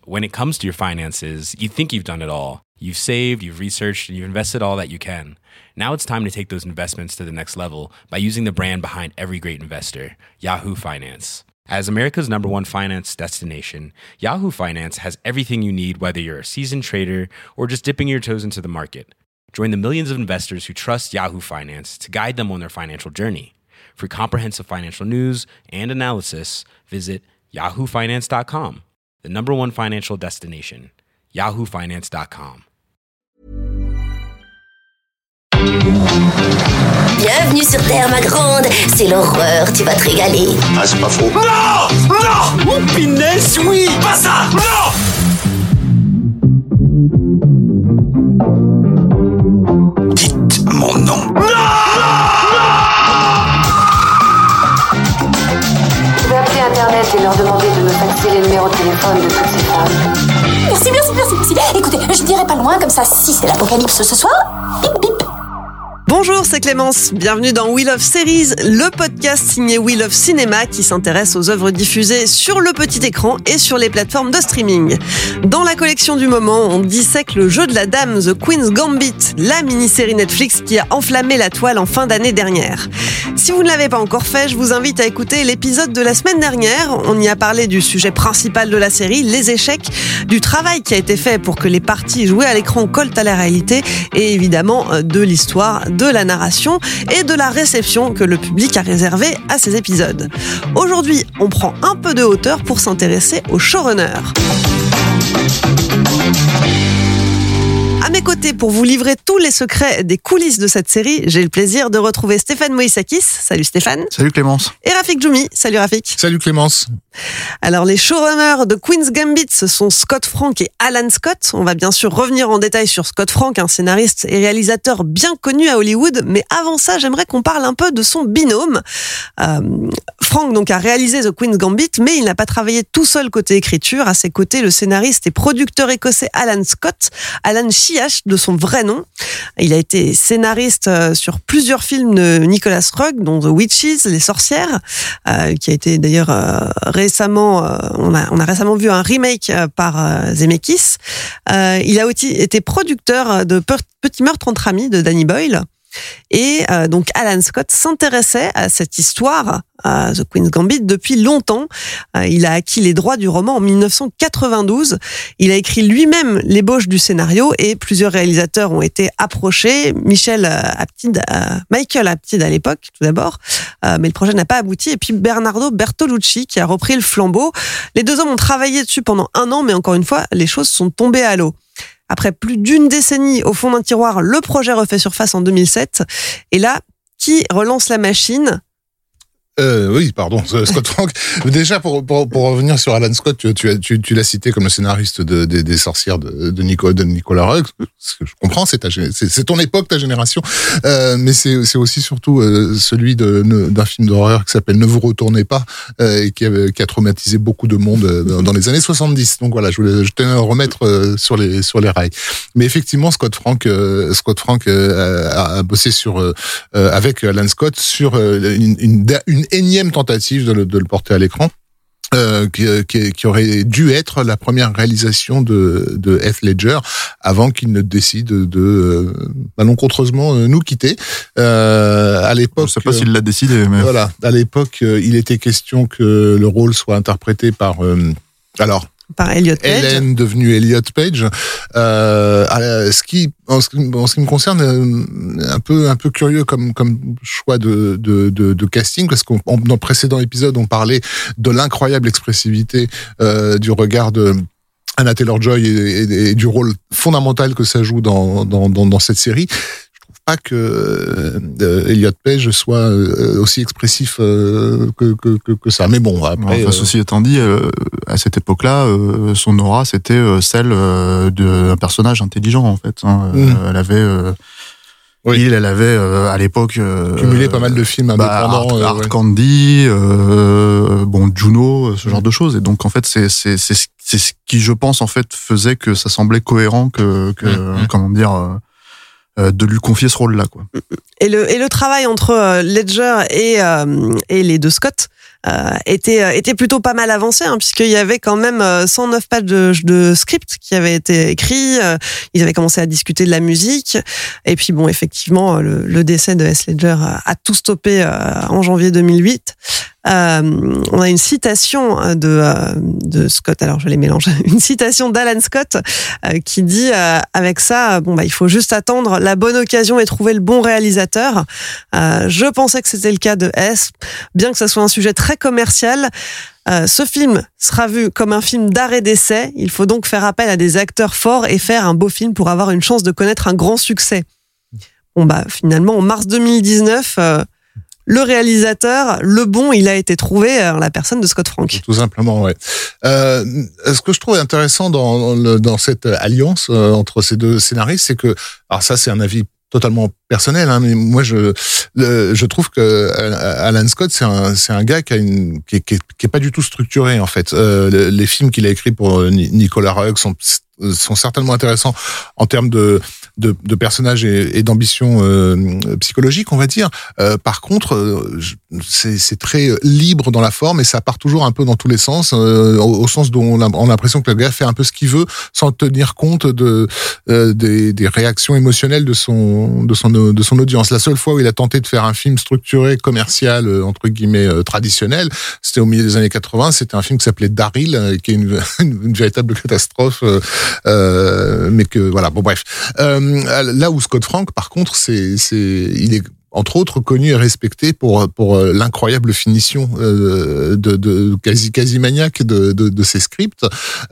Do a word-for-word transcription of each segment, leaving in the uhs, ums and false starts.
when it comes to your finances, you think you've done it all. You've saved, you've researched, and you've invested all that you can. Now it's time to take those investments to the next level by using the brand behind every great investor, Yahoo Finance. As America's number one finance destination, Yahoo Finance has everything you need, whether you're a seasoned trader or just dipping your toes into the market. Join the millions of investors who trust Yahoo Finance to guide them on their financial journey. For comprehensive financial news and analysis, visit yahoo finance dot com, the number one financial destination, yahoo finance dot com. Bienvenue sur Terre, ma grande. C'est l'horreur, tu vas te régaler. Ah, c'est pas faux. Non! Non! Oh, punaise, oui! Pas ça! Non! Dites mon nom. Non! Je vais appeler Internet et leur demander de me faxer les numéros de téléphone de toutes ces femmes. Merci, merci, merci, merci. Écoutez, je dirai pas loin, comme ça, si c'est l'apocalypse ce soir, bip, bip. Bonjour, c'est Clémence. Bienvenue dans We Love Series, le podcast signé We Love Cinéma qui s'intéresse aux œuvres diffusées sur le petit écran et sur les plateformes de streaming. Dans la collection du moment, on dissèque le jeu de la dame, The Queen's Gambit, la mini-série Netflix qui a enflammé la toile en fin d'année dernière. Si vous ne l'avez pas encore fait, je vous invite à écouter l'épisode de la semaine dernière. On y a parlé du sujet principal de la série, les échecs, du travail qui a été fait pour que les parties jouées à l'écran collent à la réalité et évidemment de l'histoire, de la narration et de la réception que le public a réservée à ces épisodes. Aujourd'hui, on prend un peu de hauteur pour s'intéresser au showrunner. À mes côtés, pour vous livrer tous les secrets des coulisses de cette série, j'ai le plaisir de retrouver Stéphane Moïsakis. Salut Stéphane. Salut Clémence. Et Rafik Djoumi. Salut Rafik. Salut Clémence. Alors les showrunners de Queen's Gambit, ce sont Scott Frank et Alan Scott. On va bien sûr revenir en détail sur Scott Frank, un scénariste et réalisateur bien connu à Hollywood. Mais avant ça, j'aimerais qu'on parle un peu de son binôme. Euh, Frank donc a réalisé The Queen's Gambit, mais il n'a pas travaillé tout seul côté écriture. À ses côtés, le scénariste et producteur écossais Alan Scott, Alan Chiash de son vrai nom. Il a été scénariste sur plusieurs films de Nicholas Roeg, dont The Witches, Les Sorcières, euh, qui a été d'ailleurs euh, récemment, euh, on a on a récemment vu un remake euh, par euh, Zemeckis. Euh, il a aussi été producteur de Petit meurtre entre amis de Danny Boyle. Et euh, donc Alan Scott s'intéressait à cette histoire, à The Queen's Gambit, depuis longtemps. Euh, il a acquis les droits du roman en dix-neuf cent quatre-vingt-douze. Il a écrit lui-même l'ébauche du scénario et plusieurs réalisateurs ont été approchés. Michel Apted, euh, Michael Apted à l'époque, tout d'abord, euh, mais le projet n'a pas abouti. Et puis Bernardo Bertolucci qui a repris le flambeau. Les deux hommes ont travaillé dessus pendant un an, mais encore une fois, les choses sont tombées à l'eau. Après plus d'une décennie au fond d'un tiroir, le projet refait surface en deux mille sept. Et là, qui relance la machine ? Euh, oui, pardon, Scott Frank. Déjà, pour, pour, pour revenir sur Alan Scott, tu, tu, tu, tu l'as cité comme le scénariste de, de, des sorcières de, de, Nico, de Nicolas Roeg. Ce que je comprends, c'est, ta, c'est, c'est ton époque, ta génération. Euh, mais c'est, c'est aussi surtout euh, celui de, d'un film d'horreur qui s'appelle Ne vous retournez pas, euh, et qui a, qui a traumatisé beaucoup de monde dans, dans les années soixante-dix. Donc voilà, je voulais, je tenais à le remettre euh, sur les, sur les rails. Mais effectivement, Scott Frank, euh, Scott Frank euh, a, a bossé sur, euh, avec Alan Scott sur euh, une, une, une énième tentative de le, de le porter à l'écran, euh, qui, qui, qui aurait dû être la première réalisation de, de Heath Ledger avant qu'il ne décide de, de malencontreusement nous quitter. Euh, à l'époque, je sais pas s'il l'a décidé, mais voilà, à l'époque, il était question que le rôle soit interprété par euh, alors. Par Elliot Page. Hélène devenue Elliot Page. Euh, ce qui, en ce, en ce qui me concerne, un peu, un peu curieux comme, comme choix de, de, de, de casting, parce qu'on, dans le précédent épisode, on parlait de l'incroyable expressivité euh, du regard de Anna Taylor-Joy et, et, et du rôle fondamental que ça joue dans, dans, dans, dans cette série. Pas que euh, Elliot Page soit euh, aussi expressif euh, que, que, que, que ça. Mais bon, après... Enfin, ceci étant dit, euh, à cette époque-là, euh, son aura, c'était euh, celle euh, d'un personnage intelligent, en fait. Hein. Mmh. Euh, elle avait... Euh, oui. Il, elle avait, euh, à l'époque... Euh, cumulé pas mal de films indépendants. Bah, Art, euh, Art ouais. Candy, euh, bon, Juno, ce genre mmh. de choses. Et donc, en fait, c'est, c'est, c'est, c'est ce qui, je pense, en fait, faisait que ça semblait cohérent que, que mmh. comment dire... Euh, de lui confier ce rôle-là, quoi. Et le et le travail entre Ledger et euh, et les deux Scott euh, était était plutôt pas mal avancé, hein, puisqu'il y avait quand même cent neuf pages de, de script qui avaient été écrits. Euh, ils avaient commencé à discuter de la musique, et puis bon, effectivement, le, le décès de Heath Ledger a, a tout stoppé euh, en janvier deux mille huit. Euh, on a une citation de, euh, de Scott, alors je les mélange, une citation d'Alan Scott euh, qui dit euh, avec ça, bon bah il faut juste attendre la bonne occasion et trouver le bon réalisateur. Euh, je pensais que c'était le cas de S, bien que ce soit un sujet très commercial. Euh, ce film sera vu comme un film d'art et d'essai. Il faut donc faire appel à des acteurs forts et faire un beau film pour avoir une chance de connaître un grand succès. Bon bah finalement en mars deux mille dix-neuf. Euh, Le réalisateur, le bon, il a été trouvé en la personne de Scott Frank. Tout simplement, ouais. Euh, ce que je trouve intéressant dans, dans, le, dans cette alliance euh, entre ces deux scénaristes, c'est que, alors ça, c'est un avis totalement personnel, hein, mais moi je le, je trouve que Alan Scott c'est un c'est un gars qui a une qui est, qui est, qui est pas du tout structuré en fait. Euh, les films qu'il a écrits pour Nicolas Roeg sont sont certainement intéressants en termes de de, de personnages et, et d'ambition euh, psychologique, on va dire. Euh, par contre, euh, c'est c'est très libre dans la forme et ça part toujours un peu dans tous les sens, euh, au, au sens dont on a, on a l'impression que le gars fait un peu ce qu'il veut sans tenir compte de euh, des, des réactions émotionnelles de son de son de son audience. La seule fois où il a tenté de faire un film structuré, commercial, entre guillemets, euh, traditionnel, c'était au milieu des années quatre-vingts. C'était un film qui s'appelait Daryl, euh, qui est une, une, une véritable catastrophe, euh, euh, mais que voilà. Bon bref. Euh, là où Scott Frank, par contre, c'est c'est il est entre autres connu et respecté pour pour l'incroyable finition euh, de, de quasi quasi maniaque de, de de ses scripts,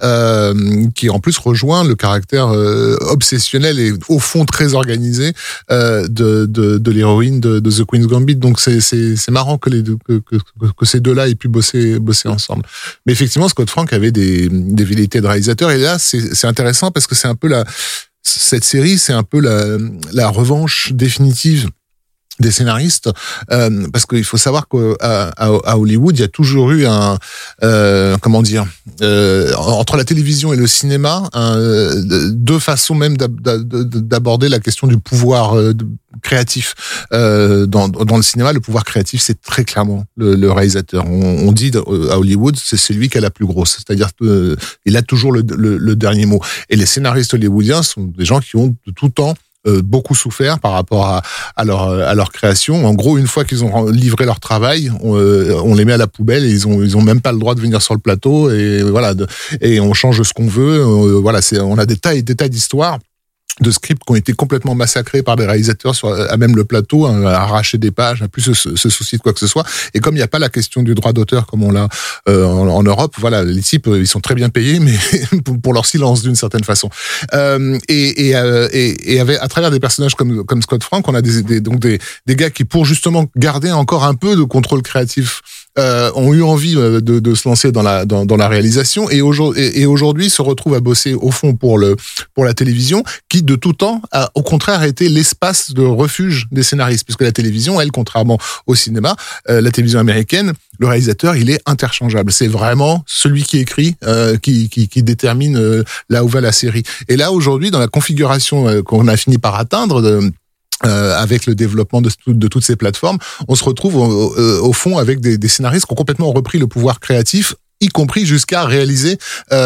euh, qui en plus rejoint le caractère euh, obsessionnel et au fond très organisé euh, de de de l'héroïne de, de The Queen's Gambit. Donc c'est c'est c'est marrant que les deux, que, que que ces deux-là aient pu bosser bosser ensemble. Mais effectivement, Scott Frank avait des des velléités de réalisateur et là c'est c'est intéressant parce que c'est un peu la cette série, c'est un peu la la revanche définitive des scénaristes, euh, parce qu'il faut savoir qu'à à, à Hollywood, il y a toujours eu un, euh, comment dire, euh, entre la télévision et le cinéma, un, deux façons même d'aborder la question du pouvoir euh, créatif. Euh, dans, dans le cinéma, le pouvoir créatif, c'est très clairement le, le réalisateur. On, on dit à Hollywood, c'est celui qui a la plus grosse, c'est-à-dire euh, il a toujours le, le, le dernier mot. Et les scénaristes hollywoodiens sont des gens qui ont de tout temps Euh, beaucoup souffert par rapport à, à leur à leur création. En gros, une fois qu'ils ont livré leur travail, on, euh, on les met à la poubelle et ils ont ils ont même pas le droit de venir sur le plateau et voilà de, et on change ce qu'on veut. Euh, voilà, c'est on a des tas et des tas d'histoires de scripts qui ont été complètement massacrés par des réalisateurs sur à même le plateau, hein, à arracher des pages, à plus se, se soucier de quoi que ce soit. Et comme il n'y a pas la question du droit d'auteur comme on l'a euh, en, en Europe, voilà, les types ils sont très bien payés, mais pour, pour leur silence d'une certaine façon. Euh, et, et, euh, et, et avec, à travers des personnages comme comme Scott Frank, on a des, des donc des des gars qui, pour justement garder encore un peu de contrôle créatif, Euh, ont eu envie de, de se lancer dans la dans, dans la réalisation et aujourd'hui et, et aujourd'hui se retrouvent à bosser au fond pour le pour la télévision qui de tout temps a au contraire été l'espace de refuge des scénaristes puisque la télévision elle contrairement au cinéma euh, la télévision américaine le réalisateur il est interchangeable c'est vraiment celui qui écrit euh, qui qui qui détermine euh, là où va la série et là aujourd'hui dans la configuration euh, qu'on a fini par atteindre de, Euh, avec le développement de, de toutes ces plateformes, on se retrouve au, au, au fond avec des, des scénaristes qui ont complètement repris le pouvoir créatif, y compris jusqu'à réaliser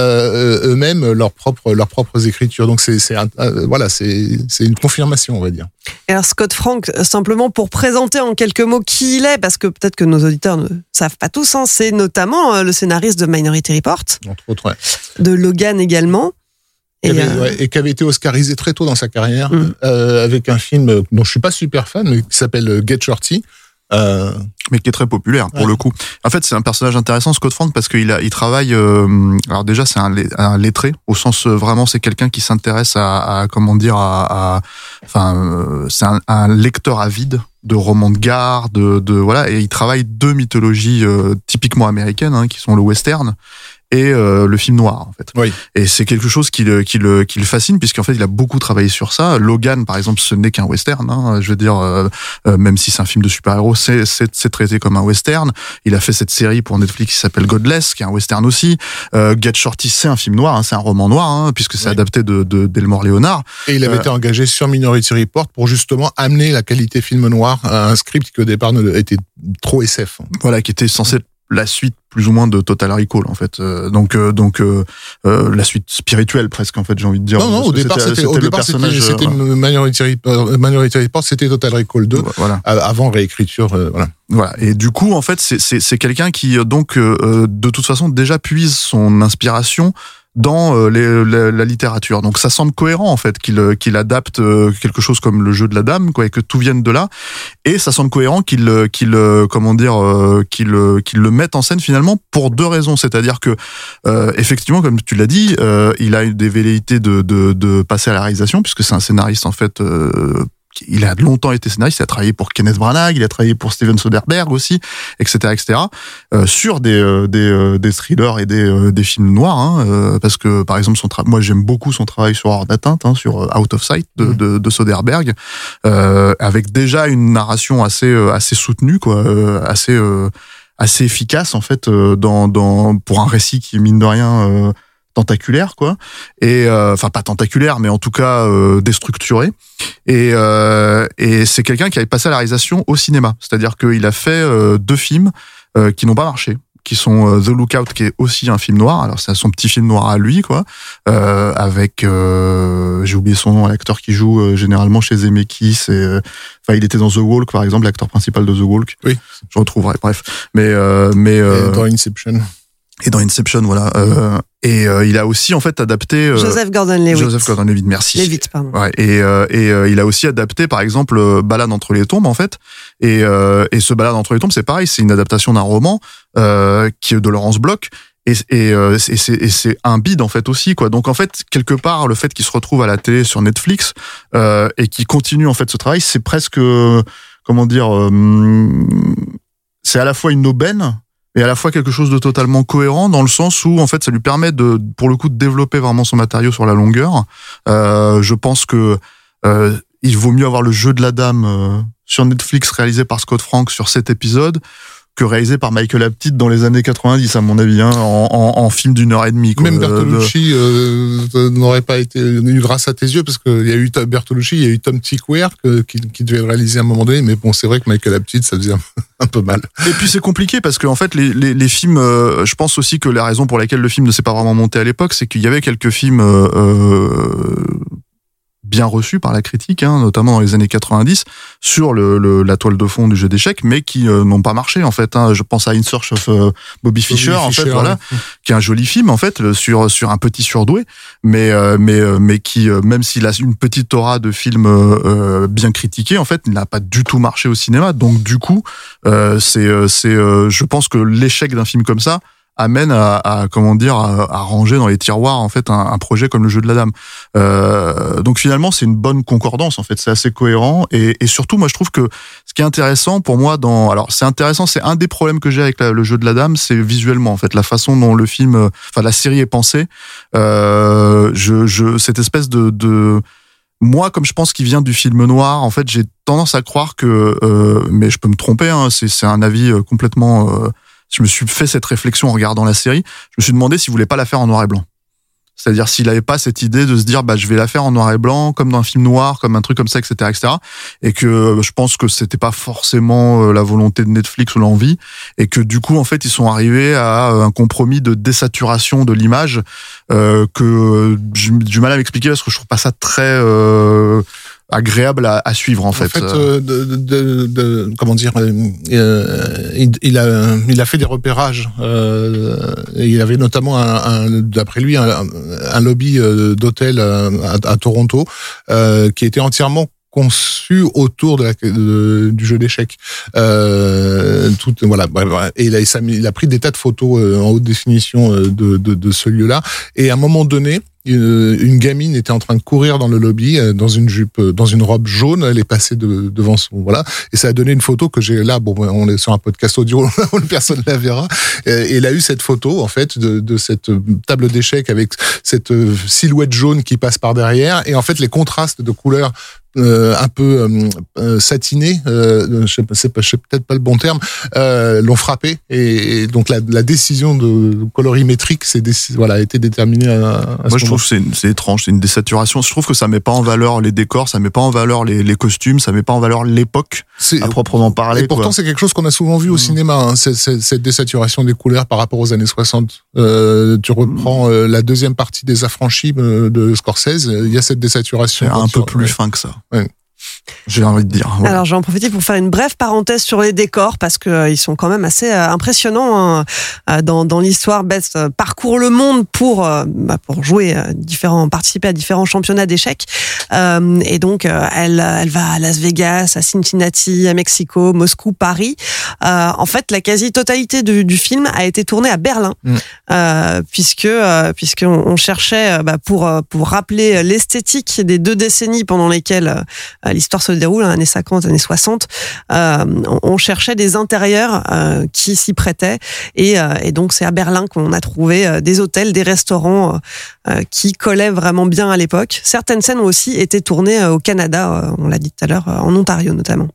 euh, eux-mêmes leurs propres leurs propres écritures. Donc c'est c'est un, euh, voilà c'est c'est une confirmation on va dire. Et alors Scott Frank, simplement pour présenter en quelques mots qui il est, parce que peut-être que nos auditeurs ne savent pas tous, hein, c'est notamment euh, le scénariste de Minority Report, entre autres, ouais. de Logan également. Et, qui avait, euh... ouais, et qui avait été oscarisé très tôt dans sa carrière mmh. euh, avec un film dont je suis pas super fan mais qui s'appelle Get Shorty. Euh... Mais qui est très populaire pour ouais. le coup. En fait, c'est un personnage intéressant, Scott Frank, parce qu'il a, il travaille. Euh, alors déjà, c'est un, un lettré au sens euh, vraiment, c'est quelqu'un qui s'intéresse à, à comment dire, à, à enfin, euh, c'est un, un lecteur avide de romans de gare, de, de voilà, et il travaille deux mythologies euh, typiquement américaines, hein, qui sont le western et euh, le film noir en fait. Oui. Et c'est quelque chose qui le qui le qui le fascine puisqu'en fait il a beaucoup travaillé sur ça. Logan par exemple, ce n'est qu'un western, hein, je veux dire euh, euh, même si c'est un film de super-héros, c'est c'est c'est traité comme un western. Il a fait cette série pour Netflix qui s'appelle Godless, qui est un western aussi. Euh, Get Shorty, c'est un film noir, hein, c'est un roman noir hein, puisque c'est oui. adapté de de d'Elmore Leonard. Et il avait euh, été engagé sur Minority Report pour justement amener la qualité film noir à un script qui au départ était trop S F. Voilà, qui était censé être la suite plus ou moins de Total Recall en fait. Euh, donc euh, donc euh, euh, la suite spirituelle presque en fait, j'ai envie de dire. Non non, au départ c'était, c'était au départ c'était, c'était euh, une Minority Report, Minority Report, c'était Total Recall deux, voilà. Avant réécriture, euh, voilà. Voilà. Et du coup en fait c'est c'est c'est quelqu'un qui donc euh, de toute façon déjà puise son inspiration dans euh, les, la, la littérature. Donc ça semble cohérent en fait qu'il qu'il adapte euh, quelque chose comme le jeu de la dame, quoi, et que tout vienne de là. Et ça semble cohérent qu'il qu'il comment dire euh, qu'il qu'il le mette en scène finalement pour deux raisons. C'est-à-dire que euh, effectivement, comme tu l'as dit, euh, il a eu des velléités de de de passer à la réalisation puisque c'est un scénariste en fait. Euh, Il a longtemps été scénariste, il a travaillé pour Kenneth Branagh, il a travaillé pour Steven Soderbergh aussi, et cetera, et cetera. Euh, sur des euh, des euh, des thrillers et des euh, des films noirs, hein, euh, parce que par exemple son tra- moi j'aime beaucoup son travail sur Hors d'atteinte, hein, sur Out of Sight de, mmh. de, de Soderbergh, euh, avec déjà une narration assez euh, assez soutenue, quoi, euh, assez euh, assez efficace en fait euh, dans dans pour un récit qui mine de rien euh, tentaculaire, quoi, et enfin euh, pas tentaculaire mais en tout cas euh, déstructuré, et euh, et c'est quelqu'un qui avait passé à la réalisation au cinéma, c'est-à-dire qu'il a fait euh, deux films euh, qui n'ont pas marché, qui sont euh, The Lookout, qui est aussi un film noir, alors c'est son petit film noir à lui, quoi, euh, avec euh, j'ai oublié son nom, l'acteur qui joue euh, généralement chez Zemeckis, et euh, enfin il était dans The Walk par exemple, l'acteur principal de The Walk, oui, je retrouverai, bref, mais euh, mais euh, et dans Inception. Et dans Inception, voilà. Euh, et euh, il a aussi en fait adapté euh, Joseph Gordon-Levitt. Joseph Gordon-Levitt, merci. Levitt, pardon. Ouais. Et euh, et euh, il a aussi adapté, par exemple, euh, Balade entre les tombes, en fait. Et euh, et ce Balade entre les tombes, c'est pareil, c'est une adaptation d'un roman euh, qui est de Laurence Bloch. Et et, euh, et c'est et c'est un bide en fait aussi, quoi. Donc en fait, quelque part, le fait qu'il se retrouve à la télé sur Netflix euh, et qu'il continue en fait ce travail, c'est presque euh, comment dire, euh, c'est à la fois une aubaine et à la fois quelque chose de totalement cohérent, dans le sens où en fait ça lui permet de, pour le coup, de développer vraiment son matériau sur la longueur. Euh, je pense que euh, il vaut mieux avoir le jeu de la dame euh, sur Netflix réalisé par Scott Frank sur sept épisodes que réalisé par Michael Apted dans les années quatre-vingt-dix, à mon avis, hein, en, en, en film d'une heure et demie, quoi. Même Bertolucci euh, euh, n'aurait pas été eu grâce à tes yeux, parce qu'il y a eu Bertolucci, il y a eu Tom Tykwer que, qui, qui devait le réaliser à un moment donné, mais bon, c'est vrai que Michael Apted, ça faisait un, un peu mal. Et puis c'est compliqué parce que en fait les, les, les films, euh, je pense aussi que la raison pour laquelle le film ne s'est pas vraiment monté à l'époque, c'est qu'il y avait quelques films euh, euh, bien reçus par la critique, hein, notamment dans les années quatre-vingt-dix, sur le, le, la toile de fond du jeu d'échecs, mais qui euh, n'ont pas marché en fait. Hein. Je pense à In Search of euh, Bobby Fischer, Bobby en Fischer, fait, voilà, ouais. Qui est un joli film en fait le, sur sur un petit surdoué, mais euh, mais euh, mais qui euh, même s'il a une petite aura de film euh, euh, bien critiqué, en fait, il n'a pas du tout marché au cinéma. Donc du coup, euh, c'est c'est euh, je pense que l'échec d'un film comme ça amène à, à comment dire à, à ranger dans les tiroirs en fait un, un projet comme le jeu de la dame. Euh, donc finalement c'est une bonne concordance en fait, c'est assez cohérent, et, et surtout moi je trouve que ce qui est intéressant pour moi dans alors c'est intéressant c'est un des problèmes que j'ai avec la, le jeu de la dame, c'est visuellement en fait la façon dont le film enfin la série est pensée. Euh, je, je cette espèce de, de moi, comme je pense qu'il vient du film noir, en fait j'ai tendance à croire que euh, mais je peux me tromper, hein, c'est c'est un avis complètement euh, je me suis fait cette réflexion en regardant la série. Je me suis demandé s'il voulait pas la faire en noir et blanc. C'est-à-dire s'il avait pas cette idée de se dire, bah, je vais la faire en noir et blanc, comme dans un film noir, comme un truc comme ça, et cetera, et cetera. Et que je pense que c'était pas forcément la volonté de Netflix ou l'envie. Et que du coup, en fait, ils sont arrivés à un compromis de désaturation de l'image, euh, que j'ai du mal à m'expliquer parce que je trouve pas ça très, euh, agréable à, à suivre en fait. En fait, euh, de, de, de, de, comment dire, euh, il, il a, il a fait des repérages. Euh, et il avait notamment, un, un, d'après lui, un, un lobby d'hôtel à, à, à Toronto euh, qui était entièrement conçu autour de la, de, du jeu d'échecs. Euh, tout, voilà. Et il a, il a pris des tas de photos en haute définition de, de, de ce lieu-là. Et à un moment donné, une gamine était en train de courir dans le lobby dans une jupe, dans une robe jaune. Elle est passée de, devant son, voilà. Et ça a donné une photo que j'ai là. Bon, on est sur un podcast audio, personne la verra. Et il a eu cette photo, en fait, de, de cette table d'échecs avec cette silhouette jaune qui passe par derrière. Et en fait, les contrastes de couleurs euh, un peu euh, euh, satinés, euh, je sais pas, c'est, pas, c'est peut-être pas le bon terme, euh, l'ont frappé et, et donc la, la décision de colorimétrique c'est déc- voilà a été déterminée à, à Moi, ce je moment. trouve que c'est, c'est étrange, c'est une désaturation. Je trouve que ça met pas en valeur les décors, ça met pas en valeur les, les costumes, ça met pas en valeur l'époque C'est, à proprement parler. et pourtant, quoi. c'est quelque chose qu'on a souvent vu au Mmh. cinéma, hein, cette, cette, cette désaturation des couleurs par rapport aux années soixante. Euh, tu reprends euh, la deuxième partie des Affranchis euh, de Scorsese, il y a cette désaturation. C'est un peu sur- plus ouais. fin que ça. Ouais. J'ai envie de dire. Voilà. Alors, je vais en profiter pour faire une brève parenthèse sur les décors parce que euh, ils sont quand même assez euh, impressionnants hein, euh, dans, dans l'histoire. Beth euh, parcourt le monde pour euh, bah, pour jouer euh, différents, participer à différents championnats d'échecs. Euh, et donc, euh, elle elle va à Las Vegas, à Cincinnati, à Mexico, Moscou, Paris. Euh, en fait, la quasi-totalité du, du film a été tournée à Berlin, Mm. euh, puisque euh, puisqu'on on cherchait euh, bah, pour euh, pour rappeler l'esthétique des deux décennies pendant lesquelles euh, l'histoire se déroule, hein, années cinquante, années soixante, euh, on, on cherchait des intérieurs euh, qui s'y prêtaient. Et, euh, et donc, c'est à Berlin qu'on a trouvé euh, des hôtels, des restaurants euh, qui collaient vraiment bien à l'époque. Certaines scènes ont aussi été tournées euh, au Canada, euh, on l'a dit tout à l'heure, euh, en Ontario notamment.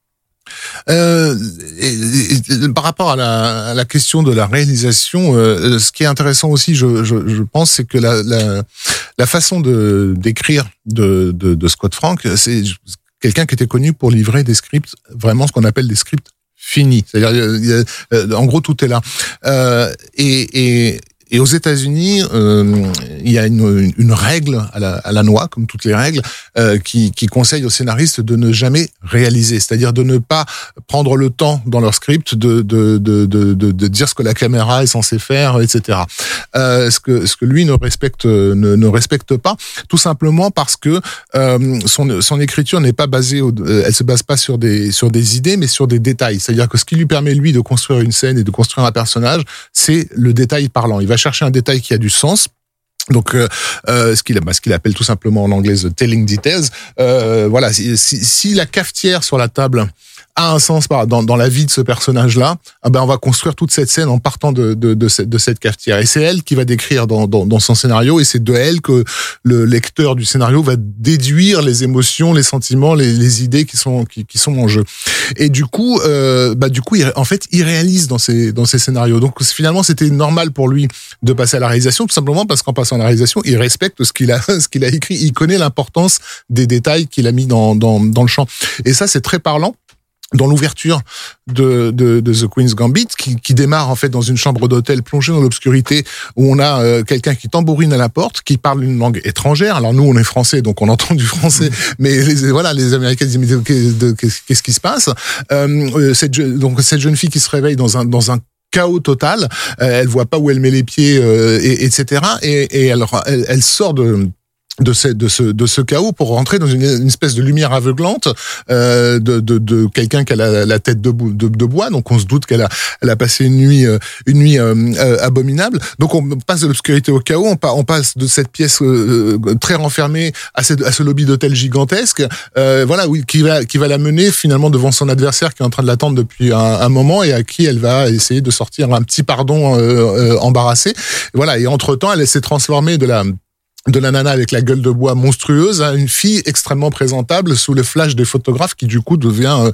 Euh, et, et, et, par rapport à la, à la question de la réalisation, euh, ce qui est intéressant aussi, je, je, je pense, c'est que la, la, la façon de d'écrire de, de, de Scott Frank, c'est quelqu'un qui était connu pour livrer des scripts, vraiment ce qu'on appelle des scripts finis. C'est-à-dire, il y a, en gros, tout est là. Euh, et, et Et aux États-Unis, euh, il y a une, une règle à la, à la noix, comme toutes les règles, euh, qui, qui conseille aux scénaristes de ne jamais réaliser, c'est-à-dire de ne pas prendre le temps dans leur script de de de de, de, de dire ce que la caméra est censée faire, et cetera. Euh, ce que ce que lui ne respecte ne, ne respecte pas, tout simplement parce que euh, son son écriture n'est pas basée, au, elle se base pas sur des sur des idées, mais sur des détails. C'est-à-dire que ce qui lui permet lui de construire une scène et de construire un personnage, c'est le détail parlant. Il va chercher un détail qui a du sens. Donc, euh, euh, ce qu'il bah, ce qu'il appelle tout simplement en anglais the telling details. Euh, voilà, si, si, si la cafetière sur la table a un sens dans, dans la vie de ce personnage-là, eh ben on va construire toute cette scène en partant de, de, de, cette, de cette cafetière. Et c'est elle qui va décrire dans, dans, dans son scénario, et c'est de elle que le lecteur du scénario va déduire les émotions, les sentiments, les, les idées qui sont qui, qui sont en jeu. Et du coup, euh, bah du coup, il, en fait, il réalise dans ses dans ses scénarios. Donc finalement, c'était normal pour lui de passer à la réalisation, tout simplement parce qu'en passant à la réalisation, il respecte ce qu'il a ce qu'il a écrit. Il connaît l'importance des détails qu'il a mis dans dans dans le champ. Et ça, c'est très parlant dans l'ouverture de, de, de The Queen's Gambit, qui, qui démarre en fait dans une chambre d'hôtel plongée dans l'obscurité, où on a euh, quelqu'un qui tambourine à la porte, qui parle une langue étrangère. Alors nous, on est français, donc on entend du français, mmh. mais les, voilà, les Américains disent mais de, de, de, qu'est-ce qui se passe euh, cette, donc cette jeune fille qui se réveille dans un dans un chaos total, euh, elle voit pas où elle met les pieds, euh, et, etc. Et, et elle, elle, elle sort de de ce de ce de ce chaos pour rentrer dans une, une espèce de lumière aveuglante euh, de, de de quelqu'un qui a la, la tête de, de de bois, donc on se doute qu'elle a elle a passé une nuit euh, une nuit euh, euh, abominable. Donc on passe de l'obscurité au chaos, on, pa- on passe de cette pièce euh, très renfermée à cette à ce lobby d'hôtel gigantesque, euh, voilà, oui, qui va qui va la mener finalement devant son adversaire qui est en train de l'attendre depuis un, un moment et à qui elle va essayer de sortir un petit pardon euh, euh, embarrassé. Voilà, et entre-temps, elle s'est transformée de la de la nana avec la gueule de bois monstrueuse à une fille extrêmement présentable sous le flash des photographes qui du coup devient euh,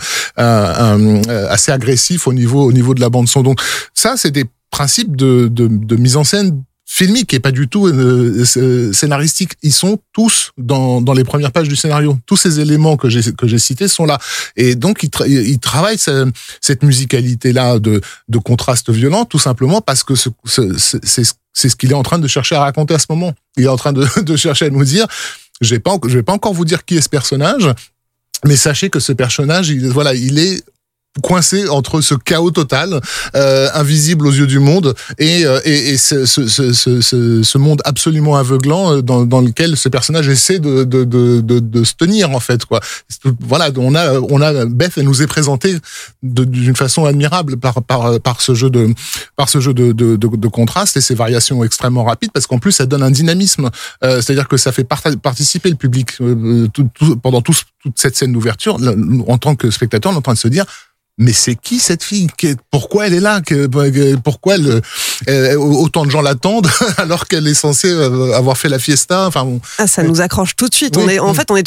un, un, assez agressif au niveau au niveau de la bande son. Donc ça, c'est des principes de, de, de mise en scène filmique et pas du tout euh, scénaristique. Ils sont tous dans dans les premières pages du scénario. Tous ces éléments que j'ai que j'ai cités sont là. Et donc ils tra- ils travaillent ce, cette musicalité là de de contraste violent, tout simplement parce que ce, ce, ce, c'est c'est ce qu'il est en train de chercher à raconter à ce moment. Il est en train de de chercher à nous dire, je vais pas je vais pas encore vous dire qui est ce personnage, mais sachez que ce personnage, il, voilà, il est coincé entre ce chaos total, euh, invisible aux yeux du monde, et, et, et ce, ce, ce, ce, ce monde absolument aveuglant dans, dans lequel ce personnage essaie de, de, de, de, de se tenir, en fait, quoi. Voilà, on a, on a, Beth, elle nous est présentée de, d'une façon admirable par, par, par ce jeu de, par ce jeu de, de, de, de contraste et ces variations extrêmement rapides, parce qu'en plus, ça donne un dynamisme, euh, c'est-à-dire que ça fait part, participer le public, euh, tout, tout, pendant tout, toute cette scène d'ouverture, en tant que spectateur, on est en train de se dire, mais c'est qui cette fille? Pourquoi elle est là? Pourquoi elle, elle, autant de gens l'attendent alors qu'elle est censée avoir fait la fiesta? Enfin, bon. Ah, ça nous accroche tout de suite. Oui. On est, en fait, on est tout de suite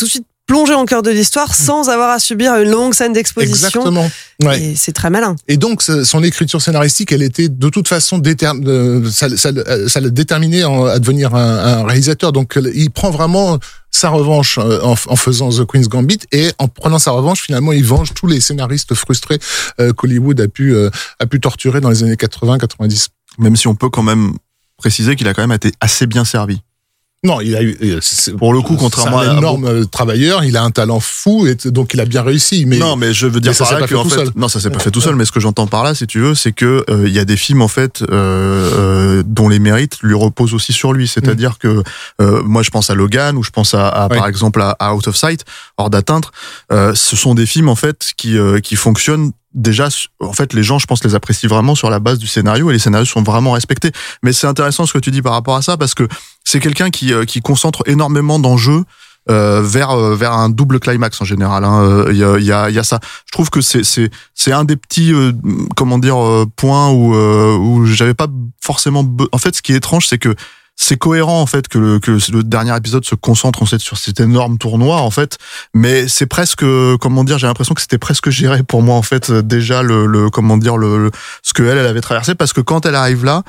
plonger au cœur de l'histoire sans avoir à subir une longue scène d'exposition. Exactement. Ouais. Et c'est très malin. Et donc, son écriture scénaristique, elle était de toute façon déterminée, euh, ça, ça, ça l'a déterminé en, à devenir un, un réalisateur. Donc, il prend vraiment sa revanche en, en faisant The Queen's Gambit, et en prenant sa revanche, finalement, il venge tous les scénaristes frustrés euh, qu'Hollywood a pu euh, a pu torturer dans les années quatre-vingts quatre-vingt-dix. Même si on peut quand même préciser qu'il a quand même été assez bien servi. Non, il a eu, c'est, pour le coup, contrairement à un énorme à... travailleur, il a un talent fou, et donc il a bien réussi. Mais non, mais je veux dire par là que en fait, non, ça s'est pas fait tout seul. Mais ce que j'entends par là, si tu veux, c'est que il euh, y a des films en fait euh, euh, dont les mérites lui reposent aussi sur lui. C'est-à-dire mmh. que euh, moi, je pense à Logan, ou je pense à, à oui. par exemple à, à Out of Sight, Hors d'atteinte. Euh, ce sont des films en fait qui euh, qui fonctionnent. Déjà, en fait, les gens, je pense, les apprécient vraiment sur la base du scénario, et les scénarios sont vraiment respectés. Mais c'est intéressant ce que tu dis par rapport à ça, parce que c'est quelqu'un qui qui concentre énormément d'enjeux euh, vers vers un double climax en général. Hein. Il y a il y a il y a ça. Je trouve que c'est c'est c'est un des petits euh, comment dire euh, points où euh, où j'avais pas forcément. Be... En fait, ce qui est étrange, c'est que c'est cohérent en fait que le, que le dernier épisode se concentre en fait sur cet énorme tournoi en fait, mais c'est presque, comment dire, j'ai l'impression que c'était presque géré pour moi en fait déjà le, le comment dire le, le ce que elle elle avait traversé, parce que quand elle arrive là,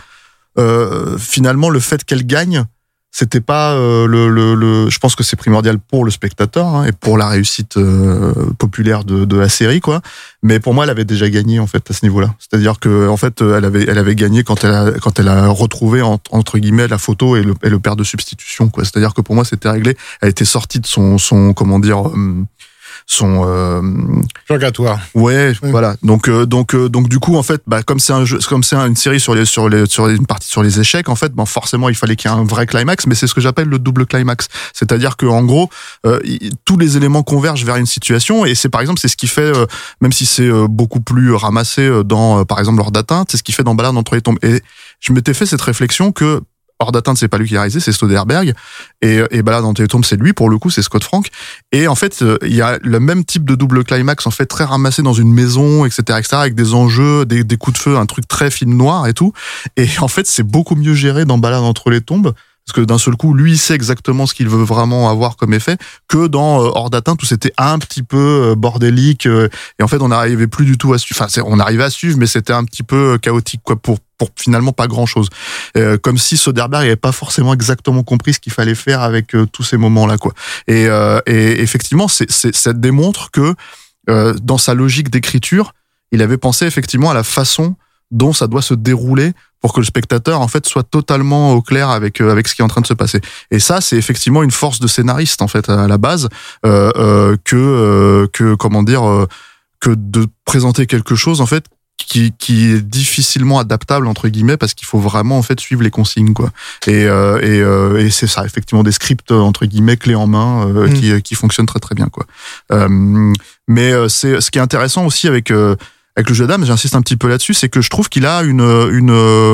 euh, finalement le fait qu'elle gagne, c'était pas euh, le, le le je pense que c'est primordial pour le spectateur hein, et pour la réussite euh, populaire de de la série quoi, mais pour moi elle avait déjà gagné en fait à ce niveau-là. C'est-à-dire que en fait elle avait elle avait gagné quand elle a quand elle a retrouvé entre guillemets la photo et le et le père de substitution quoi. C'est-à-dire que pour moi c'était réglé, elle était sortie de son son comment dire euh, son euh... purgatoire. Ouais, oui. Voilà. Donc euh, donc euh, donc du coup en fait, bah comme c'est un jeu, comme c'est une série sur les sur les sur une partie sur les échecs en fait, ben forcément il fallait qu'il y ait un vrai climax, mais c'est ce que j'appelle le double climax. C'est-à-dire que en gros, euh, y, tous les éléments convergent vers une situation, et c'est par exemple c'est ce qui fait euh, même si c'est euh, beaucoup plus ramassé dans euh, par exemple Hors d'atteinte, c'est ce qui fait dans Balade entre les tombes. Et je m'étais fait cette réflexion que Hors d'atteinte, c'est pas lui qui a réalisé, c'est Soderbergh. Et, et Balade entre les tombes, c'est lui, pour le coup, c'est Scott Frank. Et en fait, il y a le même type de double climax, en fait, très ramassé dans une maison, et cetera, et cetera, avec des enjeux, des, des coups de feu, un truc très film noir et tout. Et en fait, c'est beaucoup mieux géré dans Balade entre les tombes, parce que d'un seul coup, lui, il sait exactement ce qu'il veut vraiment avoir comme effet, que dans euh, Hors d'atteinte, où c'était un petit peu euh, bordélique, euh, et en fait, on n'arrivait plus du tout à suivre. Enfin, c'est, on arrivait à suivre, mais c'était un petit peu chaotique, quoi, pour pour finalement pas grand-chose. Euh, comme si Soderbergh n'avait pas forcément exactement compris ce qu'il fallait faire avec euh, tous ces moments-là, quoi. Et, euh, et effectivement, c'est, c'est, ça démontre que euh, dans sa logique d'écriture, il avait pensé effectivement à la façon dont ça doit se dérouler pour que le spectateur en fait soit totalement au clair avec avec ce qui est en train de se passer. Et ça, c'est effectivement une force de scénariste en fait à la base, euh, euh, que euh, que comment dire euh, que de présenter quelque chose en fait qui qui est difficilement adaptable entre guillemets, parce qu'il faut vraiment en fait suivre les consignes quoi. Et euh, et euh, et c'est ça effectivement, des scripts entre guillemets clés en main euh, mmh. qui qui fonctionnent très très bien quoi. Euh, mais c'est ce qui est intéressant aussi avec euh, avec le jeu d'âme, j'insiste un petit peu là-dessus, c'est que je trouve qu'il a une une euh,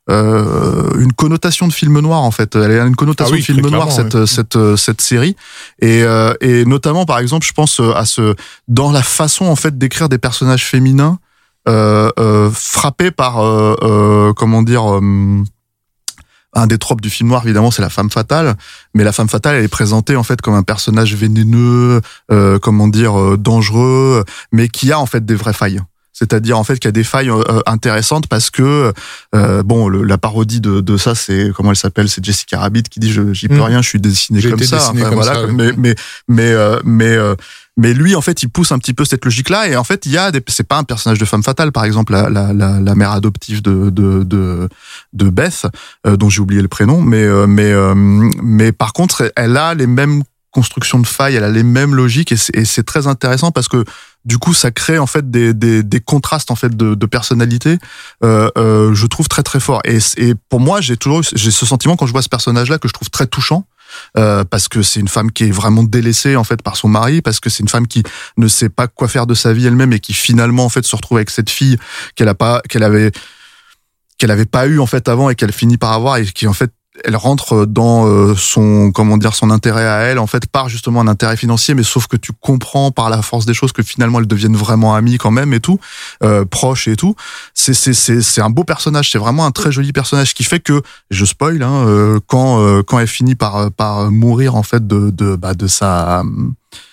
une connotation de film noir en fait. Elle a une connotation ah oui, de film noir cette oui. cette cette, cette série, et euh, et notamment par exemple, je pense à ce dans la façon en fait d'écrire des personnages féminins euh, euh, frappés par euh, euh, comment dire euh, un des tropes du film noir, évidemment, c'est la femme fatale. Mais la femme fatale, elle est présentée en fait comme un personnage vénéneux, euh, comment dire, euh, dangereux, mais qui a en fait des vraies failles. C'est-à-dire en fait qu'il y a des failles euh, intéressantes, parce que euh, bon, le, la parodie de, de ça, c'est comment elle s'appelle, c'est Jessica Rabbit qui dit je j'y peux mmh. rien, je suis dessiné J'ai comme ça. Dessiné enfin, comme voilà. ça ouais. Mais mais mais euh, mais euh, mais lui en fait il pousse un petit peu cette logique-là, et en fait il y a des, c'est pas un personnage de femme fatale, par exemple la la la, la mère adoptive de de de de Beth, euh, dont j'ai oublié le prénom, mais euh, mais euh, mais par contre elle a les mêmes constructions de failles, elle a les mêmes logiques, et c'est, et c'est très intéressant parce que du coup ça crée en fait des des, des contrastes en fait de, de personnalité, euh, euh, je trouve très très fort, et, et pour moi j'ai toujours j'ai ce sentiment quand je vois ce personnage là que je trouve très touchant. Euh, parce que c'est une femme qui est vraiment délaissée en fait par son mari, parce que c'est une femme qui ne sait pas quoi faire de sa vie elle-même, et qui finalement en fait se retrouve avec cette fille qu'elle a pas qu'elle avait qu'elle avait pas eu en fait avant, et qu'elle finit par avoir, et qui en fait elle rentre dans son comment dire son intérêt à elle en fait par justement un intérêt financier, mais sauf que tu comprends par la force des choses que finalement elles deviennent vraiment amies quand même et tout, euh, proches et tout. C'est c'est c'est c'est un beau personnage, c'est vraiment un très joli personnage, qui fait que je spoil hein, euh, quand euh, quand elle finit par par mourir en fait de de bah de sa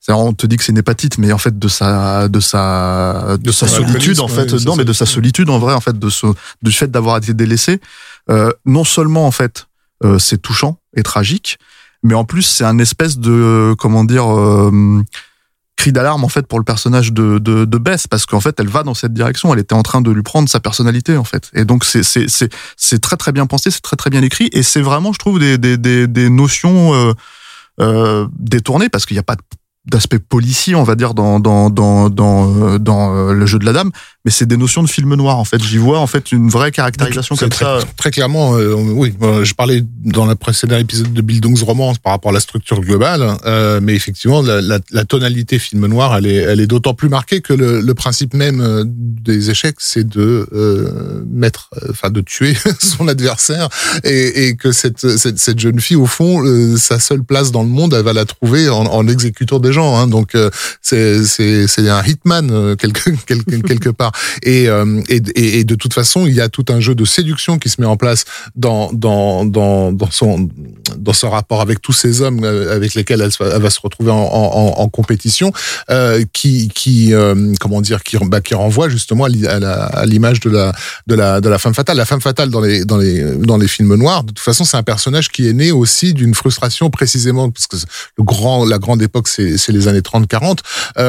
C'est-à-dire, on te dit que c'est une hépatite, mais en fait de sa de sa de, de sa solitude en fait, ouais, non mais de sa solitude en vrai en fait de ce du fait d'avoir été délaissé. Euh, non seulement en fait euh, c'est touchant et tragique, mais en plus c'est un espèce de comment dire euh, cri d'alarme en fait pour le personnage de de, de Beth, parce qu'en fait elle va dans cette direction, elle était en train de lui prendre sa personnalité en fait, et donc c'est c'est c'est c'est très très bien pensé, c'est très très bien écrit, et c'est vraiment je trouve des des des, des notions euh, euh, détournées, parce qu'il n'y a pas de d'aspect policier, on va dire, dans dans dans dans dans le jeu de la dame, mais c'est des notions de film noir en fait. J'y vois en fait une vraie caractérisation comme très, ça. Très clairement, euh, oui. Je parlais dans le précédent épisode de Bildungsroman par rapport à la structure globale, euh, mais effectivement, la, la, la tonalité film noir, elle est elle est d'autant plus marquée que le, le principe même des échecs, c'est de euh, mettre, enfin de tuer son adversaire, et, et que cette, cette cette jeune fille, au fond, euh, sa seule place dans le monde, elle va la trouver en, en exécutant des gens, hein. Donc euh, c'est c'est c'est un hitman euh, quelque quelque quelque part, et, euh, et et de toute façon il y a tout un jeu de séduction qui se met en place dans dans dans dans son dans son rapport avec tous ces hommes avec lesquels elle, elle va se retrouver en en, en compétition, euh, qui qui euh, comment dire qui bah, qui renvoie justement à l'image de la de la de la femme fatale. La femme fatale dans les dans les dans les films noirs, de toute façon c'est un personnage qui est né aussi d'une frustration, précisément parce que le grand la grande époque c'est c'est les années trente quarante,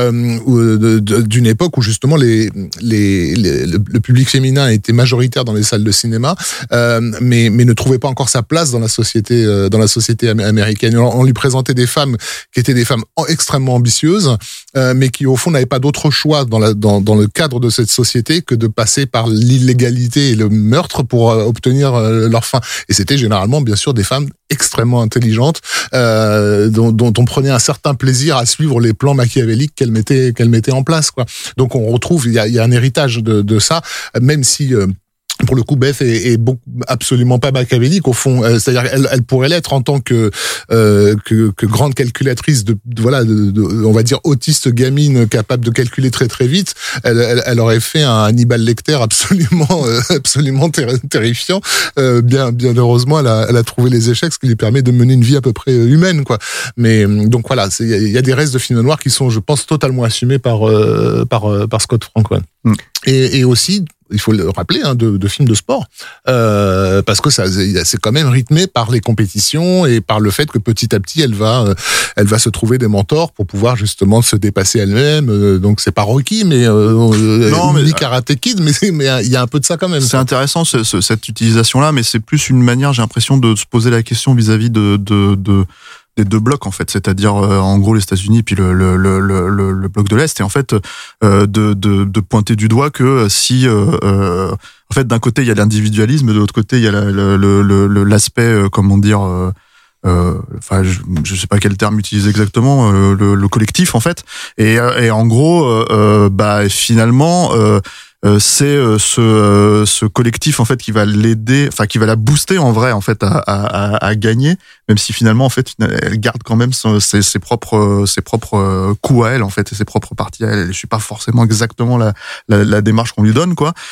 euh, d'une époque où justement les, les, les le public féminin était majoritaire dans les salles de cinéma, euh, mais mais ne trouvait pas encore sa place dans la société euh, dans la société américaine. On, on lui présentait des femmes qui étaient des femmes extrêmement ambitieuses, euh, mais qui au fond n'avaient pas d'autre choix dans la dans dans le cadre de cette société que de passer par l'illégalité et le meurtre pour euh, obtenir euh, leur fin. Et c'était généralement bien sûr des femmes extrêmement intelligentes, euh, dont, dont on prenait un certain plaisir à suivre les plans machiavéliques qu'elle mettait qu'elle mettait en place, quoi. Donc on retrouve il y a, il y a un héritage de, de ça, même si euh, pour le coup, Beth est, est beaucoup, absolument pas machiavélique au fond. Euh, c'est-à-dire, elle, elle pourrait l'être en tant que, euh, que que grande calculatrice de, de voilà, de, de, on va dire autiste gamine capable de calculer très très vite. Elle, elle, elle aurait fait un Hannibal Lecter absolument, euh, absolument ter- terrifiant. Euh, bien, bien heureusement, elle a, elle a trouvé les échecs, ce qui lui permet de mener une vie à peu près humaine, quoi. Mais donc voilà, il y, y a des restes de films noirs qui sont, je pense, totalement assumés par euh, par euh, par Scott Frank. Mm. Et, et aussi, il faut le rappeler, hein, de, de films de sport, euh, parce que ça, c'est quand même rythmé par les compétitions et par le fait que petit à petit, elle va, euh, elle va se trouver des mentors pour pouvoir justement se dépasser elle-même. Euh, donc c'est pas Rocky, mais, euh, non, mais ni Karate Kid, mais mais il y a un peu de ça quand même. C'est intéressant ce, ce, cette utilisation-là, mais c'est plus une manière, j'ai l'impression, de se poser la question vis-à-vis de, de, de des deux blocs en fait, c'est-à-dire euh, en gros les États-Unis puis le le le le, le bloc de l'Est, et en fait euh, de de de pointer du doigt que si euh, euh, en fait d'un côté il y a l'individualisme, de l'autre côté il y a la, le le le l'aspect euh, comment dire euh, euh, enfin je, je sais pas quel terme utiliser exactement, euh, le, le collectif en fait, et et en gros euh, bah finalement euh, Euh, c'est euh, ce euh, ce collectif en fait qui va l'aider, enfin qui va la booster en vrai en fait à à à gagner, même si finalement en fait elle garde quand même son, ses ses propres ses propres coups à elle en fait, et ses propres parties à elle. Je suis pas forcément exactement la la, la démarche qu'on lui donne, quoi.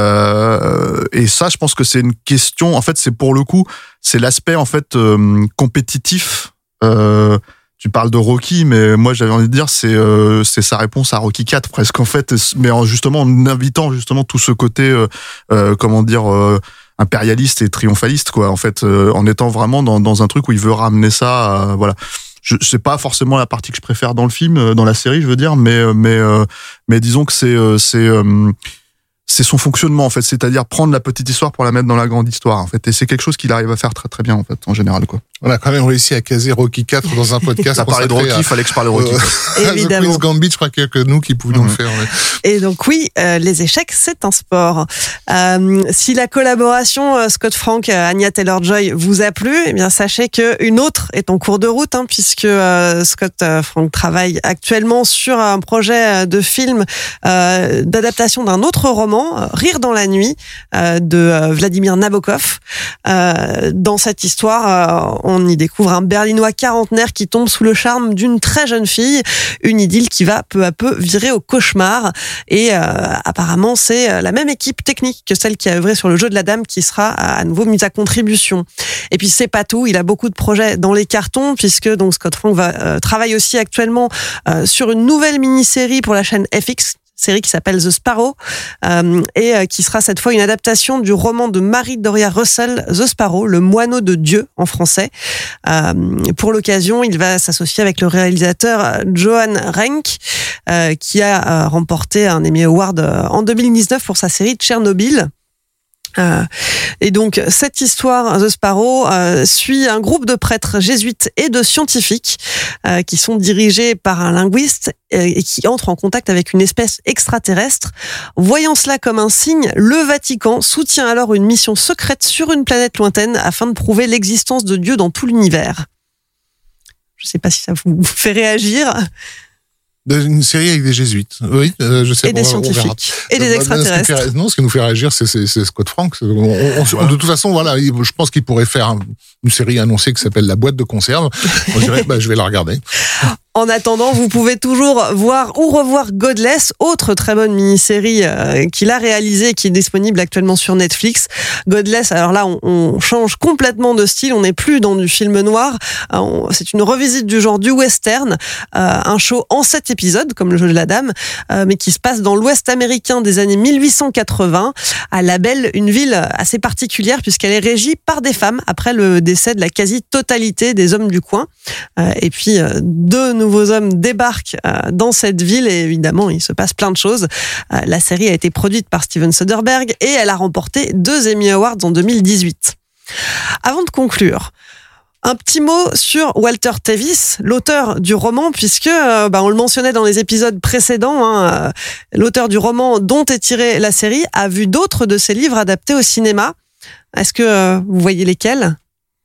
Euh, et ça, je pense que c'est une question. En fait, c'est pour le coup, c'est l'aspect en fait euh, compétitif. Euh, Tu parles de Rocky, mais moi j'avais envie de dire c'est euh, c'est sa réponse à Rocky quatre presque en fait, mais en justement en invitant justement tout ce côté euh, euh, comment dire euh, impérialiste et triomphaliste, quoi, en fait, euh, en étant vraiment dans dans un truc où il veut ramener ça à, voilà. Je sais pas forcément la partie que je préfère dans le film, dans la série, je veux dire, mais mais euh, mais disons que c'est c'est euh, c'est son fonctionnement en fait, c'est-à-dire prendre la petite histoire pour la mettre dans la grande histoire en fait, et c'est quelque chose qu'il arrive à faire très très bien en fait en général, quoi. On a quand même réussi à caser Rocky quatre dans un podcast. T'as parlé de Rocky, il fallait que je parle de Rocky. Euh, Évidemment. Queen's Gambit, je crois qu'il y a que nous qui pouvions mmh. le faire. Mais... Et donc oui, euh, les échecs, c'est un sport. Euh, si la collaboration euh, Scott Frank, euh, Anya Taylor-Joy vous a plu, eh bien sachez qu'une autre est en cours de route, hein, puisque euh, Scott euh, Frank travaille actuellement sur un projet de film euh, d'adaptation d'un autre roman. roman euh, Rire dans la nuit euh, de euh, Vladimir Nabokov. Euh, dans cette histoire, euh, on y découvre un Berlinois quarantenaire qui tombe sous le charme d'une très jeune fille, une idylle qui va peu à peu virer au cauchemar. Et euh, apparemment, c'est la même équipe technique que celle qui a œuvré sur le jeu de la dame qui sera à nouveau mise à contribution. Et puis c'est pas tout, il a beaucoup de projets dans les cartons puisque donc Scott Frank va euh, travaille aussi actuellement euh, sur une nouvelle mini-série pour la chaîne F X, série qui s'appelle The Sparrow euh, et euh, qui sera cette fois une adaptation du roman de Mary Doria Russell, The Sparrow, le moineau de Dieu en français. Euh, pour l'occasion, il va s'associer avec le réalisateur Johan Renck euh, qui a euh, remporté un Emmy Award euh, en deux mille dix-neuf pour sa série Tchernobyl. Euh, et donc cette histoire The Sparrow euh, suit un groupe de prêtres jésuites et de scientifiques euh, qui sont dirigés par un linguiste euh, et qui entrent en contact avec une espèce extraterrestre. Voyant cela comme un signe, le Vatican soutient alors une mission secrète sur une planète lointaine afin de prouver l'existence de Dieu dans tout l'univers. Je ne sais pas si ça vous fait réagir. Une série avec des jésuites, oui, euh, je sais. Et des scientifiques, et des extraterrestres. Ce fait, non, ce qui nous fait réagir, c'est, c'est, c'est Scott Frank. On, on, de toute façon, voilà, je pense qu'il pourrait faire un, une série annoncée qui s'appelle La Boîte de conserve. On dirait, bah, je vais la regarder. En attendant, vous pouvez toujours voir ou revoir Godless, autre très bonne mini-série euh, qu'il a réalisée et qui est disponible actuellement sur Netflix. Godless, alors là, on, on change complètement de style, on n'est plus dans du film noir, euh, on, c'est une revisite du genre du western, euh, un show en sept épisodes, comme le jeu de la dame, euh, mais qui se passe dans l'ouest américain des années mille huit cent quatre-vingts, à La Belle, une ville assez particulière puisqu'elle est régie par des femmes après le décès de la quasi-totalité des hommes du coin. Euh, et puis, euh, deux nouveaux hommes débarquent euh, dans cette ville et évidemment, il se passe plein de choses. Euh, la série a été produite par Steven Soderbergh et elle a remporté deux Emmy Awards en deux mille dix-huit. Avant de conclure, un petit mot sur Walter Tevis, l'auteur du roman, puisque euh, bah, on le mentionnait dans les épisodes précédents, hein, euh, l'auteur du roman dont est tirée la série a vu d'autres de ses livres adaptés au cinéma. Est-ce que euh, vous voyez lesquels ?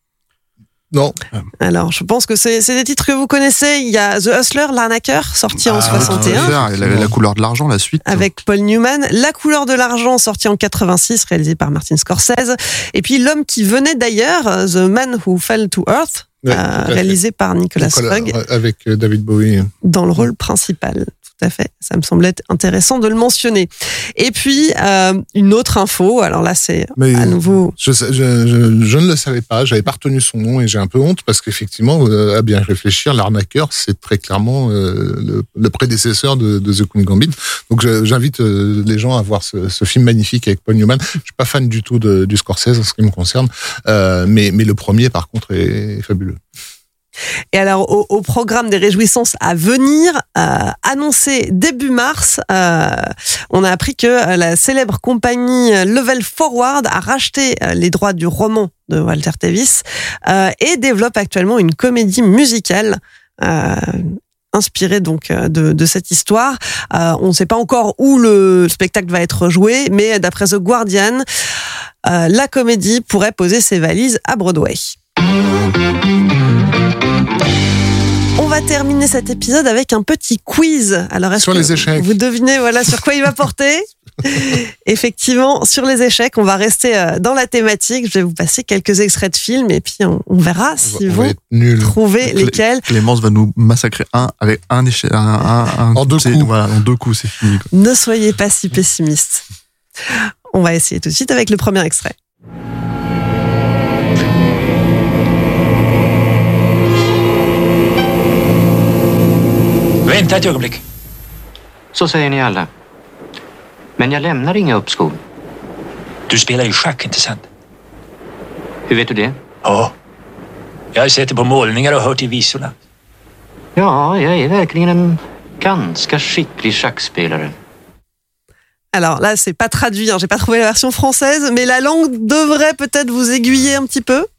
Non. Alors, je pense que c'est, c'est des titres que vous connaissez. Il y a The Hustler, l'arnaqueur, sorti ah, en soixante et un. La, la couleur de l'argent, la suite. Avec Paul Newman. La couleur de l'argent, sorti en quatre-vingt-six, réalisé par Martin Scorsese. Et puis L'homme qui venait d'ailleurs, The Man Who Fell to Earth, ouais, euh, réalisé par Nicolas Fogg. Avec David Bowie. Dans le rôle principal. Tout à fait, ça me semblait intéressant de le mentionner. Et puis, euh, une autre info, alors là c'est Mais à nouveau... Je, je, je, je ne le savais pas, j'avais pas retenu son nom et j'ai un peu honte parce qu'effectivement, à bien réfléchir, l'arnaqueur, c'est très clairement euh, le, le prédécesseur de, de The Queen's Gambit. Donc je, j'invite euh, les gens à voir ce, ce film magnifique avec Paul Newman. Je suis pas fan du tout de, du Scorsese en ce qui me concerne, euh, mais, mais le premier par contre est, est fabuleux. Et alors, au, au programme des réjouissances à venir, euh, annoncé début mars, euh, on a appris que la célèbre compagnie Level Forward a racheté les droits du roman de Walter Tevis euh, et développe actuellement une comédie musicale euh, inspirée donc de, de cette histoire. Euh, on ne sait pas encore où le spectacle va être joué, mais d'après The Guardian, euh, la comédie pourrait poser ses valises à Broadway. On va terminer cet épisode avec un petit quiz. Alors, est-ce sur que les échecs. Vous devinez voilà sur quoi il va porter ? Effectivement, sur les échecs, on va rester dans la thématique. Je vais vous passer quelques extraits de films et puis on, on verra si vous trouvez lesquels. Clémence va nous massacrer un avec un échec. Un, un, un, en deux coups. Voilà, en deux coups, c'est fini. Quoi. Ne soyez pas si pessimiste. On va essayer tout de suite avec le premier extrait. Vänta ett ögonblick. Så säger ni alla. Men jag lämnar inga uppskov. Du spelar ju schack, inte sant? Hur vet du det? Ja. Jag har sett det på målningar och hört i visorna. Ja, jag är verkligen en ganska skicklig schackspelare. Alors là, c'est pas traduit, hein, j'ai pas trouvé la version française, mais la langue devrait peut-être vous aiguiller un petit peu.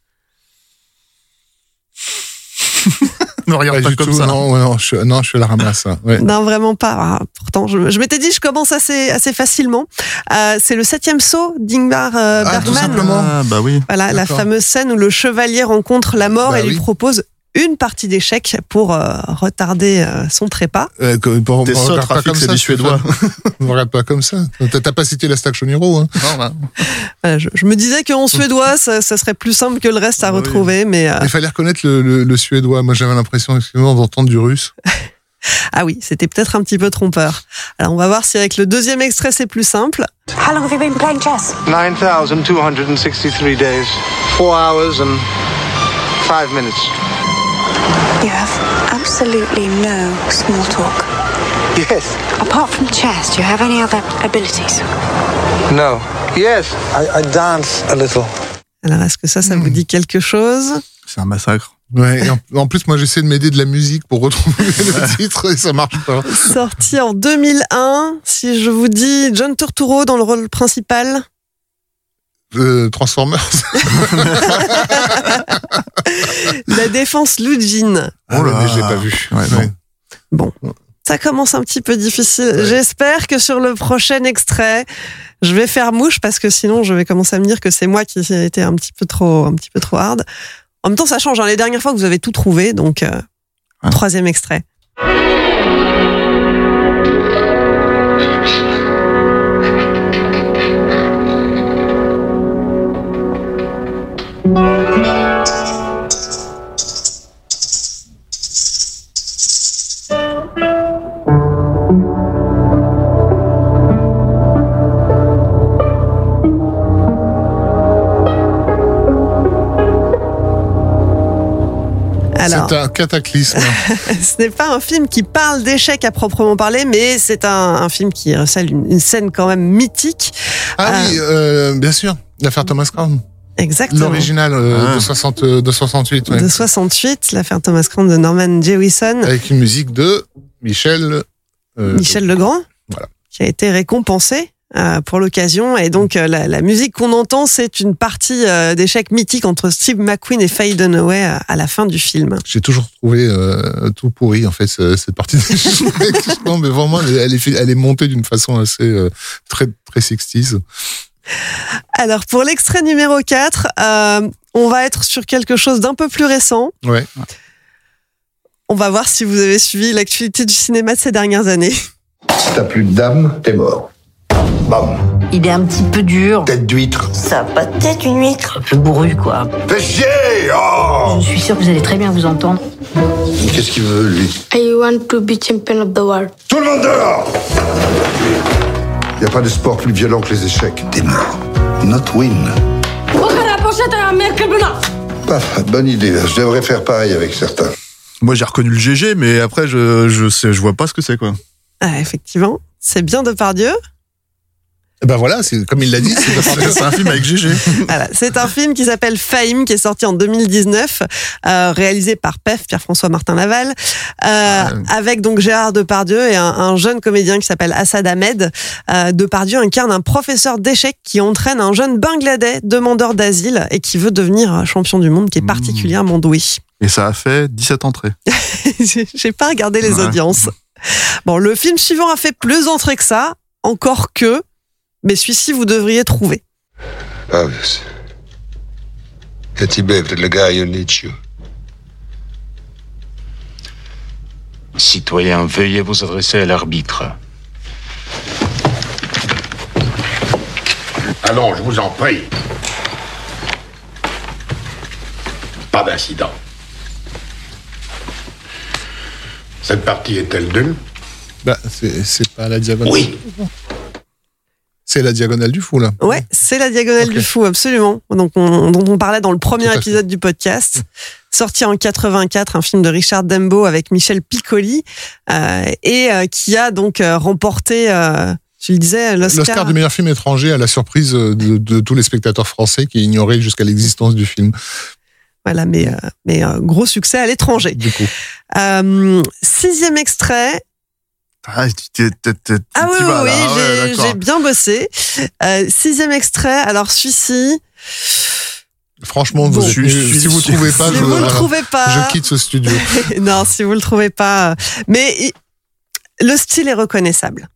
Ne regarde pas, pas comme tout, ça. Non, non, je, non, je fais la ramasse. Ouais. Non, vraiment pas. Ah, pourtant, je, je m'étais dit, je commence assez, assez facilement. Euh, c'est le septième saut d'Ingmar euh, ah, Bergman. Tout simplement. Ah, bah oui. Voilà, D'accord. la fameuse scène où le chevalier rencontre la mort bah et lui oui. propose une partie d'échecs pour euh, retarder euh, son trépas. Euh, que- pour- T'es pour- sot, regarde pas trafic, comme c'est ça, des Suédois. Ne regarde pas comme ça. T'as, t'as pas cité la Stack Shoniro, hein. Non, bah, Voilà, je, je me disais qu'en suédois, ça, ça serait plus simple que le reste à Oui. retrouver, mais euh, Il fallait reconnaître le, le, le suédois. Moi, j'avais l'impression, excusez-moi, d'entendre du russe. ah oui, c'était peut-être un petit peu trompeur. Alors on va voir si avec le deuxième extrait c'est plus simple. How long have you been playing chess? nine thousand two hundred sixty-three days, four hours and five minutes. You have absolutely no small talk. Yes. Apart from chess, do you have any other abilities? No. Yes. I, I dance a little. Alors est-ce que ça, ça vous dit quelque chose? c'est un massacre. Ouais, et en, en plus, moi, j'essaie de m'aider de la musique pour retrouver le titre et ça marche pas. Sorti en deux mille un, si je vous dis John Turturro dans le rôle principal. Euh, Transformers. La défense Lujin. Oh là, mais je l'ai pas vu. Ouais, non. Bon, ça commence un petit peu difficile. Ouais. J'espère que sur le prochain extrait, je vais faire mouche parce que sinon je vais commencer à me dire que c'est moi qui ai été un petit peu trop, un petit peu trop hard. En même temps, ça change. Hein. Les dernières fois que vous avez tout trouvé, donc euh, Ouais. troisième extrait. Alors, C'est un cataclysme. ce n'est pas un film qui parle d'échecs à proprement parler, mais c'est un, un film qui recèle une, une scène quand même mythique. Ah Euh, oui, euh, bien sûr. L'affaire Thomas Crown. Exactement. L'original euh, Ah. de, soixante, de soixante-huit. Ouais. De soixante-huit, l'affaire Thomas Crown de Norman Jewison. Avec une musique de Michel. euh, Michel Legrand, Voilà. qui a été récompensé euh, pour l'occasion. Et donc, euh, la, la musique qu'on entend, c'est une partie euh, d'échecs mythique entre Steve McQueen et Faye Dunaway à, à la fin du film. J'ai toujours trouvé euh, tout pourri, en fait, ce- cette partie des échecs. Non, mais vraiment, elle est, elle est, fait- elle est montée d'une façon assez euh, très, très sixties. Alors, pour l'extrait numéro quatre, euh, on va être sur quelque chose d'un peu plus récent. Ouais. On va voir si vous avez suivi l'actualité du cinéma de ces dernières années. Si t'as plus de dame, t'es mort. Bam. Il est un petit peu dur. Tête d'huître. Ça a pas de tête, une huître. Un peu bourru, quoi. Fais chier. Oh. Je suis sûre que vous allez très bien vous entendre. Qu'est-ce qu'il veut, lui? I want to be champion of the world. Tout le monde dehors. Y a pas de sport plus violent que les échecs. T'es mort. Not win. Bah, bonne idée. Je devrais faire pareil avec certains. Moi, j'ai reconnu le G G, mais après, je, je sais, je vois pas ce que c'est, quoi. Ah, effectivement, c'est bien Depardieu. Ben voilà, c'est, comme il l'a dit, c'est C'est c'est un film avec G G. Voilà, c'est un film qui s'appelle Fame, qui est sorti en deux mille dix-neuf, euh, réalisé par P E F, Pierre-François Martin Laval, euh, avec donc Gérard Depardieu et un, un jeune comédien qui s'appelle Assad Ahmed. Euh, Depardieu incarne un professeur d'échecs qui entraîne un jeune Bangladais demandeur d'asile et qui veut devenir champion du monde, qui est particulièrement doué. Et ça a fait dix-sept entrées. J'ai pas regardé les Ouais. audiences. Bon, le film suivant a fait plus d'entrées que ça, encore que, mais celui-ci vous devriez trouver. Obvious. Yeti Bev, le gars, il needs you. Citoyen, veuillez vous adresser à l'arbitre. Allons, je vous en prie. Pas d'incident. Cette partie est-elle nulle? Bah, c'est, c'est pas la diagonale. Oui. C'est la diagonale du fou, là. Ouais, c'est la diagonale Ok. du fou, absolument. Donc, on, dont on parlait dans le premier Tout à fait. épisode du podcast. Sorti en quatre-vingt-quatre, un film de Richard Dembo avec Michel Piccoli, euh, et euh, qui a donc euh, remporté, euh, tu le disais, l'Oscar. L'Oscar du meilleur film étranger à la surprise de, de tous les spectateurs français qui ignoraient jusqu'à l'existence du film. Voilà, mais, euh, mais euh, gros succès à l'étranger. Du coup. Euh, sixième extrait. Ah, tu t'es- t'es- t'es- Ah oui, t'y oui, vas, oui, là. Ah ouais, j'ai, d'accord. j'ai bien bossé. Euh, sixième extrait. Alors, celui-ci, Franchement, Bon. vous êtes Je nuls. suis- si vous si- trouvez pas, si je, vous le voilà, trouvez pas. je quitte ce studio. Non, si vous le trouvez pas. euh, Mais il- le style est reconnaissable.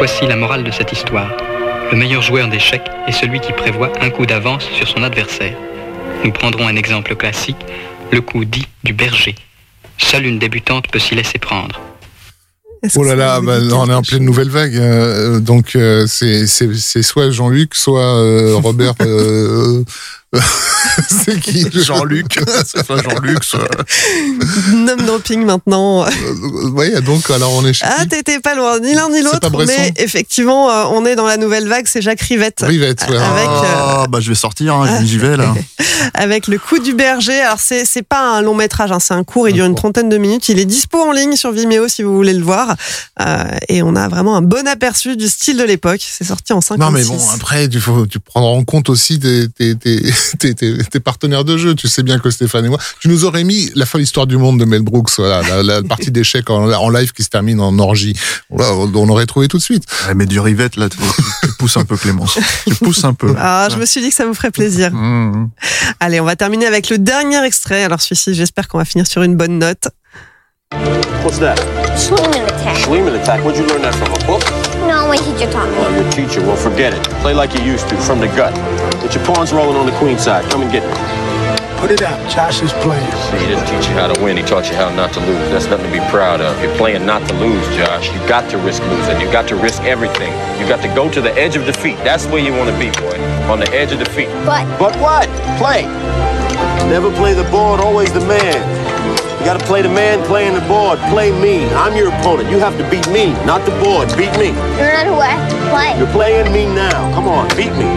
Voici la morale de cette histoire. Le meilleur joueur d'échecs est celui qui prévoit un coup d'avance sur son adversaire. Nous prendrons un exemple classique, le coup dit du berger. Seule une débutante peut s'y laisser prendre. Oh là là, bah, on est en pleine nouvelle vague. Euh, donc euh, c'est, c'est, c'est soit Jean-Luc, soit euh, Robert. Euh, c'est qui Jean-Luc. C'est soit Jean-Luc, soit... Name dropping maintenant. Euh, oui, donc alors on est chez Ah, t'étais pas loin, ni l'un ni l'autre, mais effectivement, euh, on est dans la nouvelle vague, c'est Jacques Rivette. Rivette, ouais. Avec, ah, euh... bah je vais sortir, hein, j'y vais là. Avec le coup du berger. Alors c'est c'est pas un long métrage, hein, c'est un court, il dure une trentaine de minutes. Il est dispo en ligne sur Vimeo si vous voulez le voir. Euh, et on a vraiment un bon aperçu du style de l'époque. C'est sorti en cinquante-six. Non mais bon, après tu faut tu prendras en compte aussi tes tes tes tes, tes, tes partenaires de jeu. Tu sais bien que Stéphane et moi, tu nous aurais mis La folle histoire du monde de Mel Brooks, voilà, la, la partie d'échecs en, en live qui se termine en orgie. Là, on aurait trouvé tout de suite. Ouais, mais du Rivette là, tu, tu pousses un peu Clémence. Tu pousses un peu. Ah, je me suis dit que ça vous ferait plaisir. Mmh. Allez, on va terminer avec le dernier extrait. Alors celui-ci, j'espère qu'on va finir sur une bonne note. What's that? Schliemann attack. Schliemann attack? Where'd you learn that from? A book? No, my teacher taught me. Oh, your teacher? Well, forget it. Play like you used to, from the gut. Get your pawns rolling on the queen side. Come and get me. Put it out. Josh is playing. See, he didn't teach you how to win. He taught you how not to lose. That's nothing to be proud of. You're playing not to lose, Josh. You got to risk losing. You got to risk everything. You got to go to the edge of defeat. That's where you want to be, boy. On the edge of defeat. But. But what? Play. Never play the board, always the man. You gotta play the man playing the board. Play me. I'm your opponent. You have to beat me, not the board. Beat me. You're not who I have to play. You're playing me now. Come on, beat me.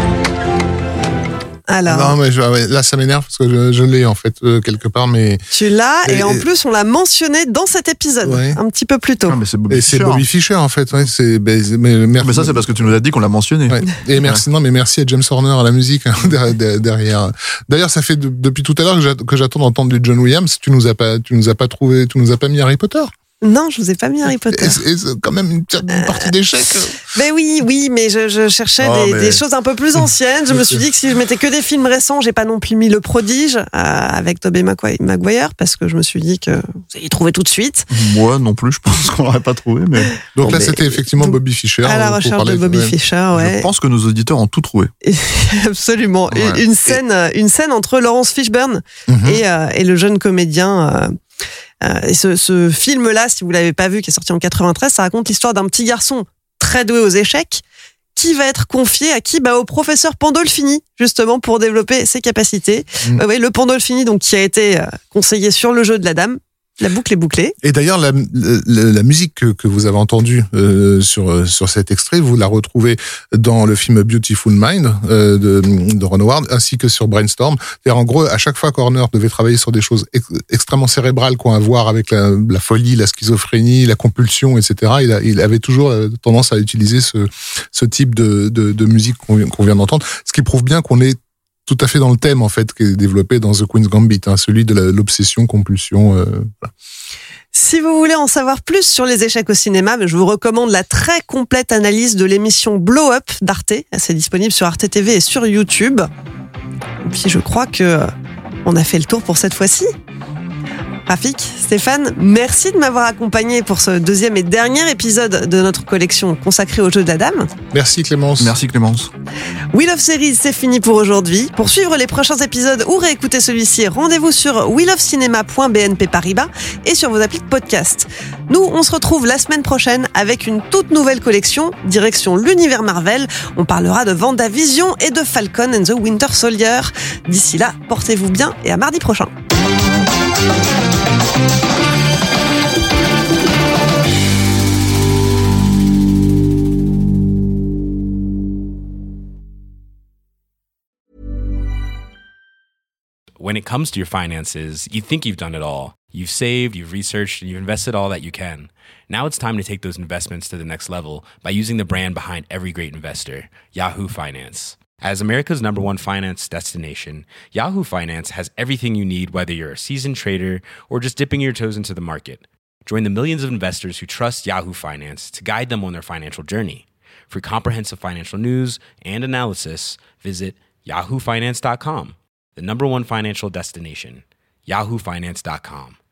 Alors. Non, mais je, là, ça m'énerve parce que je, je l'ai en fait euh, quelque part, mais. Tu l'as et, et en plus on l'a mentionné dans cet épisode ouais. un petit peu plus tôt. Ah, mais c'est Bobby et Fischer. c'est Bobby Fischer en fait. Ouais, c'est. Mais, mais, mais ça c'est parce que tu nous as dit qu'on l'a mentionné. Ouais. Et merci, ouais. non, mais merci à James Horner à la musique hein, derrière. D'ailleurs, ça fait de, depuis tout à l'heure que j'attends d'entendre du John Williams. Tu nous as pas, tu nous as pas trouvé, tu nous as pas mis Harry Potter. Non, je vous ai pas mis Harry Potter. Et, et c'est quand même une, une partie d'échecs. Ben oui, oui, mais je, je cherchais oh, des, mais... des choses un peu plus anciennes. Je me suis dit que si je mettais que des films récents, j'ai pas non plus mis Le Prodige euh, avec Tobey Maguire parce que je me suis dit que vous alliez trouver tout de suite. Moi non plus, je pense qu'on l'aurait pas trouvé. Mais donc bon, là, mais... c'était effectivement Bobby Fischer. À la recherche de Bobby Fischer, ouais. Je pense que nos auditeurs ont tout trouvé. Absolument. Ouais. Une scène, et... une scène entre Laurence Fishburne mm-hmm. et, euh, et le jeune comédien. Euh, Euh, et ce, ce film-là, si vous l'avez pas vu, qui est sorti en quatre-vingt-treize, ça raconte l'histoire d'un petit garçon très doué aux échecs qui va être confié à qui bah, au professeur Pandolfini, justement, pour développer ses capacités. Mmh. Euh, oui, le Pandolfini, donc, qui a été euh, conseillé sur le jeu de la dame. La boucle est bouclée. Et d'ailleurs, la, la, la musique que, que vous avez entendue euh, sur sur cet extrait, vous la retrouvez dans le film Beautiful Mind euh, de, de Ron Howard, ainsi que sur Brainstorm. C'est-à-dire, en gros, à chaque fois qu'Horner devait travailler sur des choses ex- extrêmement cérébrales qui ont à voir avec la, la folie, la schizophrénie, la compulsion, et cetera, il, a, il avait toujours tendance à utiliser ce, ce type de, de, de musique qu'on, qu'on vient d'entendre, ce qui prouve bien qu'on est tout à fait dans le thème en fait qui est développé dans The Queen's Gambit, hein, celui de la, l'obsession, compulsion. Euh, voilà. Si vous voulez en savoir plus sur les échecs au cinéma, je vous recommande la très complète analyse de l'émission Blow Up d'Arte. C'est disponible sur Arte T V et sur YouTube. Et puis je crois que on a fait le tour pour cette fois-ci. Rafik, Stéphane, merci de m'avoir accompagné pour ce deuxième et dernier épisode de notre collection consacrée au jeu de la dame. Merci Clémence. Merci Clémence. Wheel of Series, c'est fini pour aujourd'hui. Pour suivre les prochains épisodes ou réécouter celui-ci, rendez-vous sur wheel of cinema point b n p paribas et sur vos applis de podcast. Nous, on se retrouve la semaine prochaine avec une toute nouvelle collection, direction l'univers Marvel. On parlera de WandaVision et de Falcon and the Winter Soldier. D'ici là, portez-vous bien et à mardi prochain. When it comes to your finances, you think you've done it all. You've saved, you've researched, and you've invested all that you can. Now it's time to take those investments to the next level by using the brand behind every great investor, Yahoo Finance. As America's number one finance destination, Yahoo Finance has everything you need, whether you're a seasoned trader or just dipping your toes into the market. Join the millions of investors who trust Yahoo Finance to guide them on their financial journey. For comprehensive financial news and analysis, visit yahoo finance dot com, the number one financial destination, yahoo finance dot com.